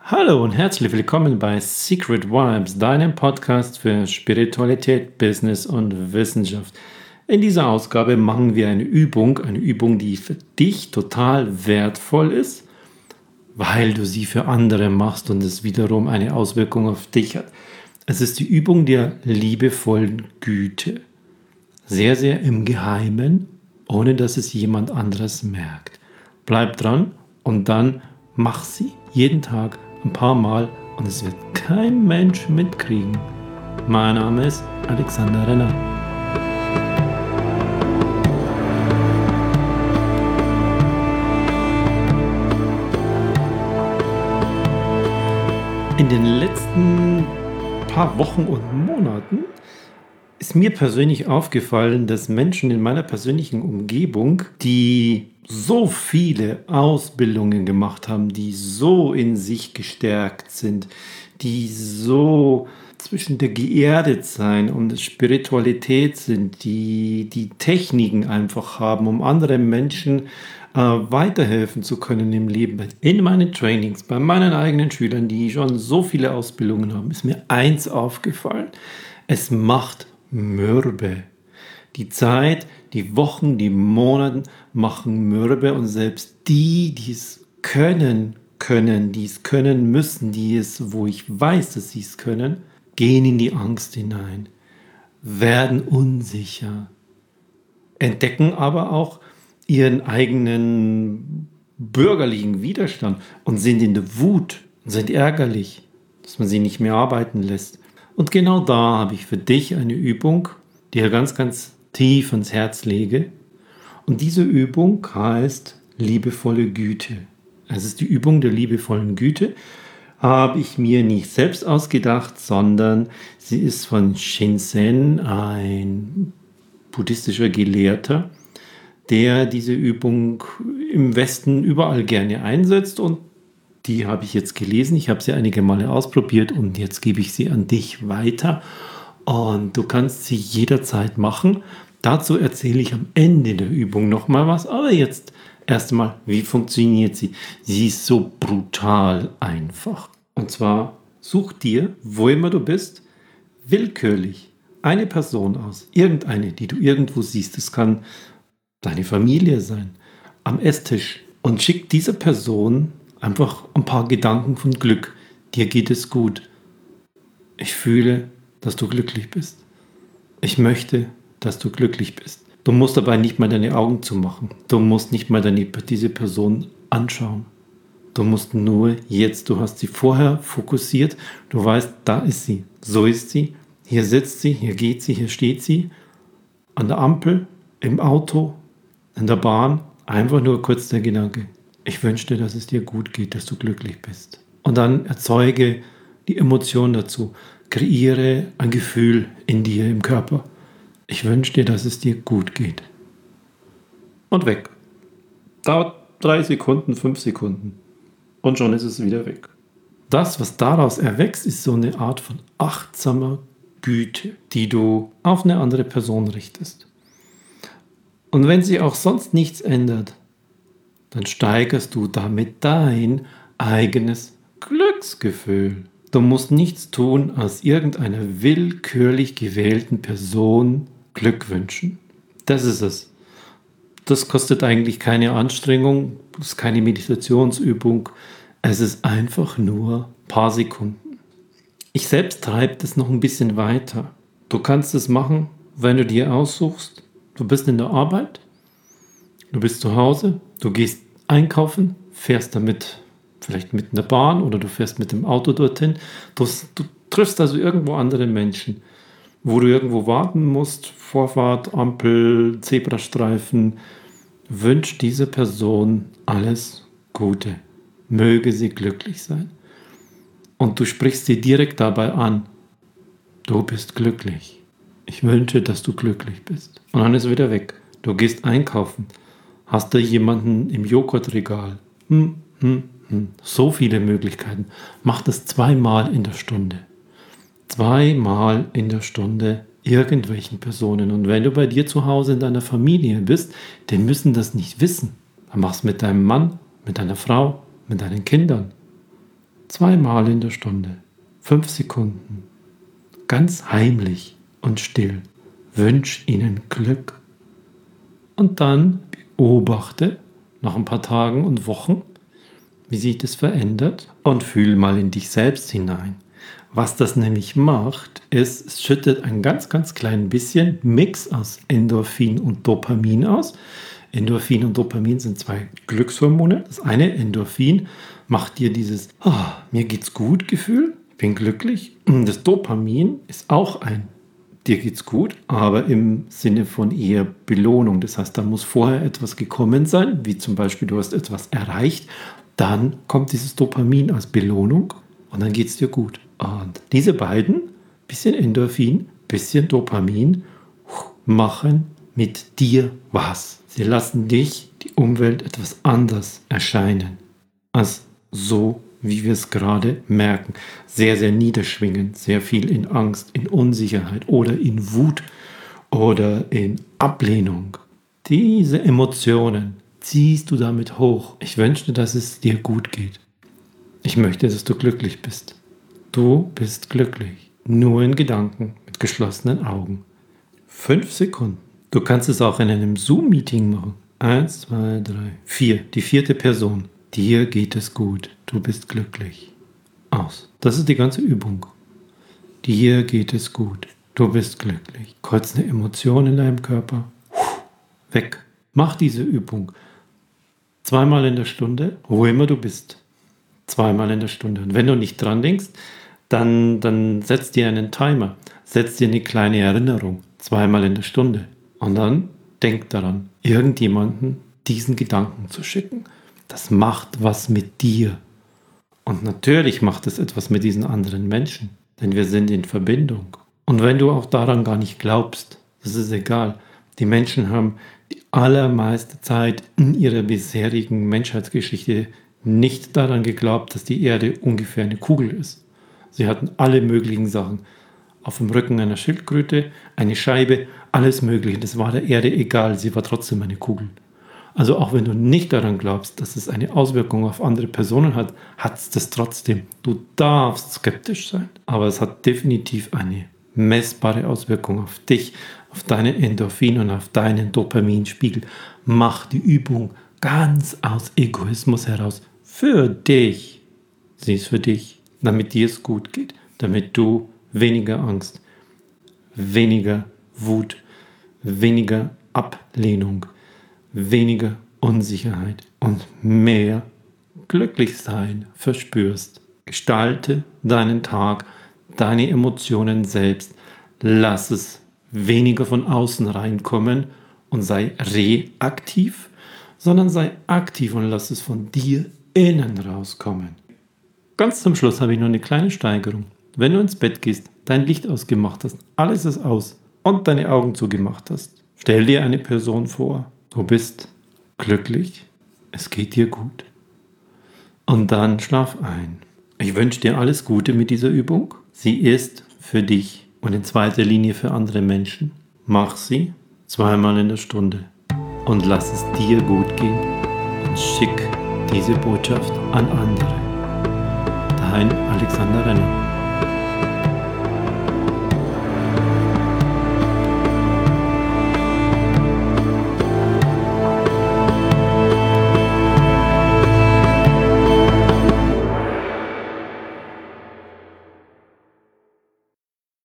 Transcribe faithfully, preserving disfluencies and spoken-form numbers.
Hallo und herzlich willkommen bei Secret Vibes, deinem Podcast für Spiritualität, Business und Wissenschaft. In dieser Ausgabe machen wir eine Übung, eine Übung, die für dich total wertvoll ist, weil du sie für andere machst und es wiederum eine Auswirkung auf dich hat. Es ist die Übung der liebevollen Güte. Sehr, sehr im Geheimen, ohne dass es jemand anderes merkt. Bleib dran und dann mach sie jeden Tag ein paar Mal und es wird kein Mensch mitkriegen. Mein Name ist Alexander Renner. In den letzten paar Wochen und Monaten ist mir persönlich aufgefallen, dass Menschen in meiner persönlichen Umgebung, die so viele Ausbildungen gemacht haben, die so in sich gestärkt sind, die so zwischen der Geerdetsein und der Spiritualität sind, die die Techniken einfach haben, um anderen Menschen äh, weiterhelfen zu können im Leben. In meinen Trainings, bei meinen eigenen Schülern, die schon so viele Ausbildungen haben, ist mir eins aufgefallen. Es macht mürbe. Die Zeit, die Wochen, die Monate machen mürbe und selbst die, die es können, können, die es können müssen, die es, wo ich weiß, dass sie es können, gehen in die Angst hinein, werden unsicher, entdecken aber auch ihren eigenen bürgerlichen Widerstand und sind in der Wut und sind ärgerlich, dass man sie nicht mehr arbeiten lässt. Und genau da habe ich für dich eine Übung, die ich ganz, ganz tief ans Herz lege. Und diese Übung heißt liebevolle Güte. Es ist die Übung der liebevollen Güte. Habe ich mir nicht selbst ausgedacht, sondern sie ist von Shinzen, ein buddhistischer Gelehrter, der diese Übung im Westen überall gerne einsetzt, und die habe ich jetzt gelesen. Ich habe sie einige Male ausprobiert und jetzt gebe ich sie an dich weiter. Und du kannst sie jederzeit machen. Dazu erzähle ich am Ende der Übung nochmal was. Aber jetzt erst einmal, wie funktioniert sie? Sie ist so brutal einfach. Und zwar such dir, wo immer du bist, willkürlich eine Person aus. Irgendeine, die du irgendwo siehst. Es kann deine Familie sein, am Esstisch. Und schick dieser Person einfach ein paar Gedanken von Glück. Dir geht es gut. Ich fühle, dass du glücklich bist. Ich möchte, dass du glücklich bist. Du musst dabei nicht mal deine Augen zumachen. Du musst nicht mal deine, diese Person anschauen. Du musst nur jetzt, du hast sie vorher fokussiert, du weißt, da ist sie. So ist sie. Hier sitzt sie, hier geht sie, hier steht sie. An der Ampel, im Auto, in der Bahn. Einfach nur kurz der Gedanke. Ich wünsche dir, dass es dir gut geht, dass du glücklich bist. Und dann erzeuge die Emotion dazu. Kreiere ein Gefühl in dir, im Körper. Ich wünsche dir, dass es dir gut geht. Und weg. Dauert drei Sekunden, fünf Sekunden. Und schon ist es wieder weg. Das, was daraus erwächst, ist so eine Art von achtsamer Güte, die du auf eine andere Person richtest. Und wenn sich auch sonst nichts ändert, dann steigerst du damit dein eigenes Glücksgefühl. Du musst nichts tun, als irgendeiner willkürlich gewählten Person Glück wünschen. Das ist es. Das kostet eigentlich keine Anstrengung, das ist keine Meditationsübung. Es ist einfach nur ein paar Sekunden. Ich selbst treibe das noch ein bisschen weiter. Du kannst es machen, wenn du dir aussuchst, du bist in der Arbeit, du bist zu Hause, du gehst einkaufen, fährst damit vielleicht mit einer Bahn oder du fährst mit dem Auto dorthin. Du, du triffst also irgendwo andere Menschen, wo du irgendwo warten musst, Vorfahrt, Ampel, Zebrastreifen. Wünsch dieser Person alles Gute. Möge sie glücklich sein. Und du sprichst sie direkt dabei an. Du bist glücklich. Ich wünsche, dass du glücklich bist. Und dann ist es wieder weg. Du gehst einkaufen. Hast du jemanden im Joghurtregal? Hm, hm, hm. So viele Möglichkeiten. Mach das zweimal in der Stunde. Zweimal in der Stunde irgendwelchen Personen. Und wenn du bei dir zu Hause in deiner Familie bist, die müssen das nicht wissen. Dann machst du mit deinem Mann, mit deiner Frau, mit deinen Kindern. Zweimal in der Stunde, fünf Sekunden, ganz heimlich und still. Wünsch ihnen Glück. Und dann beobachte nach ein paar Tagen und Wochen, wie sich das verändert, und fühl mal in dich selbst hinein. Was das nämlich macht, ist, es schüttet ein ganz, ganz klein bisschen Mix aus Endorphin und Dopamin aus. Endorphin und Dopamin sind zwei Glückshormone. Das eine, Endorphin, macht dir dieses oh, mir geht's gut Gefühl, ich bin glücklich. Das Dopamin ist auch ein dir geht's gut, aber im Sinne von eher Belohnung. Das heißt, da muss vorher etwas gekommen sein, wie zum Beispiel du hast etwas erreicht, dann kommt dieses Dopamin als Belohnung und dann geht's dir gut. Und diese beiden, bisschen Endorphin, bisschen Dopamin, machen mit dir was. Sie lassen dich, die Umwelt, etwas anders erscheinen, als so, wie wir es gerade merken. Sehr, sehr niederschwingend, sehr viel in Angst, in Unsicherheit oder in Wut oder in Ablehnung. Diese Emotionen ziehst du damit hoch. Ich wünsche, dass es dir gut geht. Ich möchte, dass du glücklich bist. Du bist glücklich. Nur in Gedanken, mit geschlossenen Augen. Fünf Sekunden. Du kannst es auch in einem Zoom-Meeting machen. Eins, zwei, drei, vier. Die vierte Person. Dir geht es gut. Du bist glücklich. Aus. Das ist die ganze Übung. Dir geht es gut. Du bist glücklich. Kurz eine Emotion in deinem Körper. Weg. Mach diese Übung. Zweimal in der Stunde, wo immer du bist. Zweimal in der Stunde. Und wenn du nicht dran denkst, dann, dann setz dir einen Timer. Setz dir eine kleine Erinnerung. Zweimal in der Stunde. Und dann denk daran, irgendjemanden diesen Gedanken zu schicken. Das macht was mit dir. Und natürlich macht es etwas mit diesen anderen Menschen. Denn wir sind in Verbindung. Und wenn du auch daran gar nicht glaubst, das ist egal. Die Menschen haben die allermeiste Zeit in ihrer bisherigen Menschheitsgeschichte nicht daran geglaubt, dass die Erde ungefähr eine Kugel ist. Sie hatten alle möglichen Sachen. Auf dem Rücken einer Schildkröte, eine Scheibe, alles Mögliche. Das war der Erde egal, sie war trotzdem eine Kugel. Also auch wenn du nicht daran glaubst, dass es eine Auswirkung auf andere Personen hat, hat es das trotzdem. Du darfst skeptisch sein, aber es hat definitiv eine messbare Auswirkung auf dich, auf deine Endorphin und auf deinen Dopaminspiegel. Mach die Übung ganz aus Egoismus heraus für dich. Sie ist für dich, damit dir es gut geht, damit du weniger Angst, weniger Wut, weniger Ablehnung, weniger Unsicherheit und mehr Glücklichsein verspürst. Gestalte deinen Tag, deine Emotionen selbst. Lass es weniger von außen reinkommen und sei reaktiv, sondern sei aktiv und lass es von dir innen rauskommen. Ganz zum Schluss habe ich noch eine kleine Steigerung. Wenn du ins Bett gehst, dein Licht ausgemacht hast, alles ist aus und deine Augen zugemacht hast, stell dir eine Person vor. Du bist glücklich, es geht dir gut. Und dann schlaf ein. Ich wünsche dir alles Gute mit dieser Übung. Sie ist für dich und in zweiter Linie für andere Menschen. Mach sie zweimal in der Stunde und lass es dir gut gehen und schick diese Botschaft an andere. Dein Alexander Renner.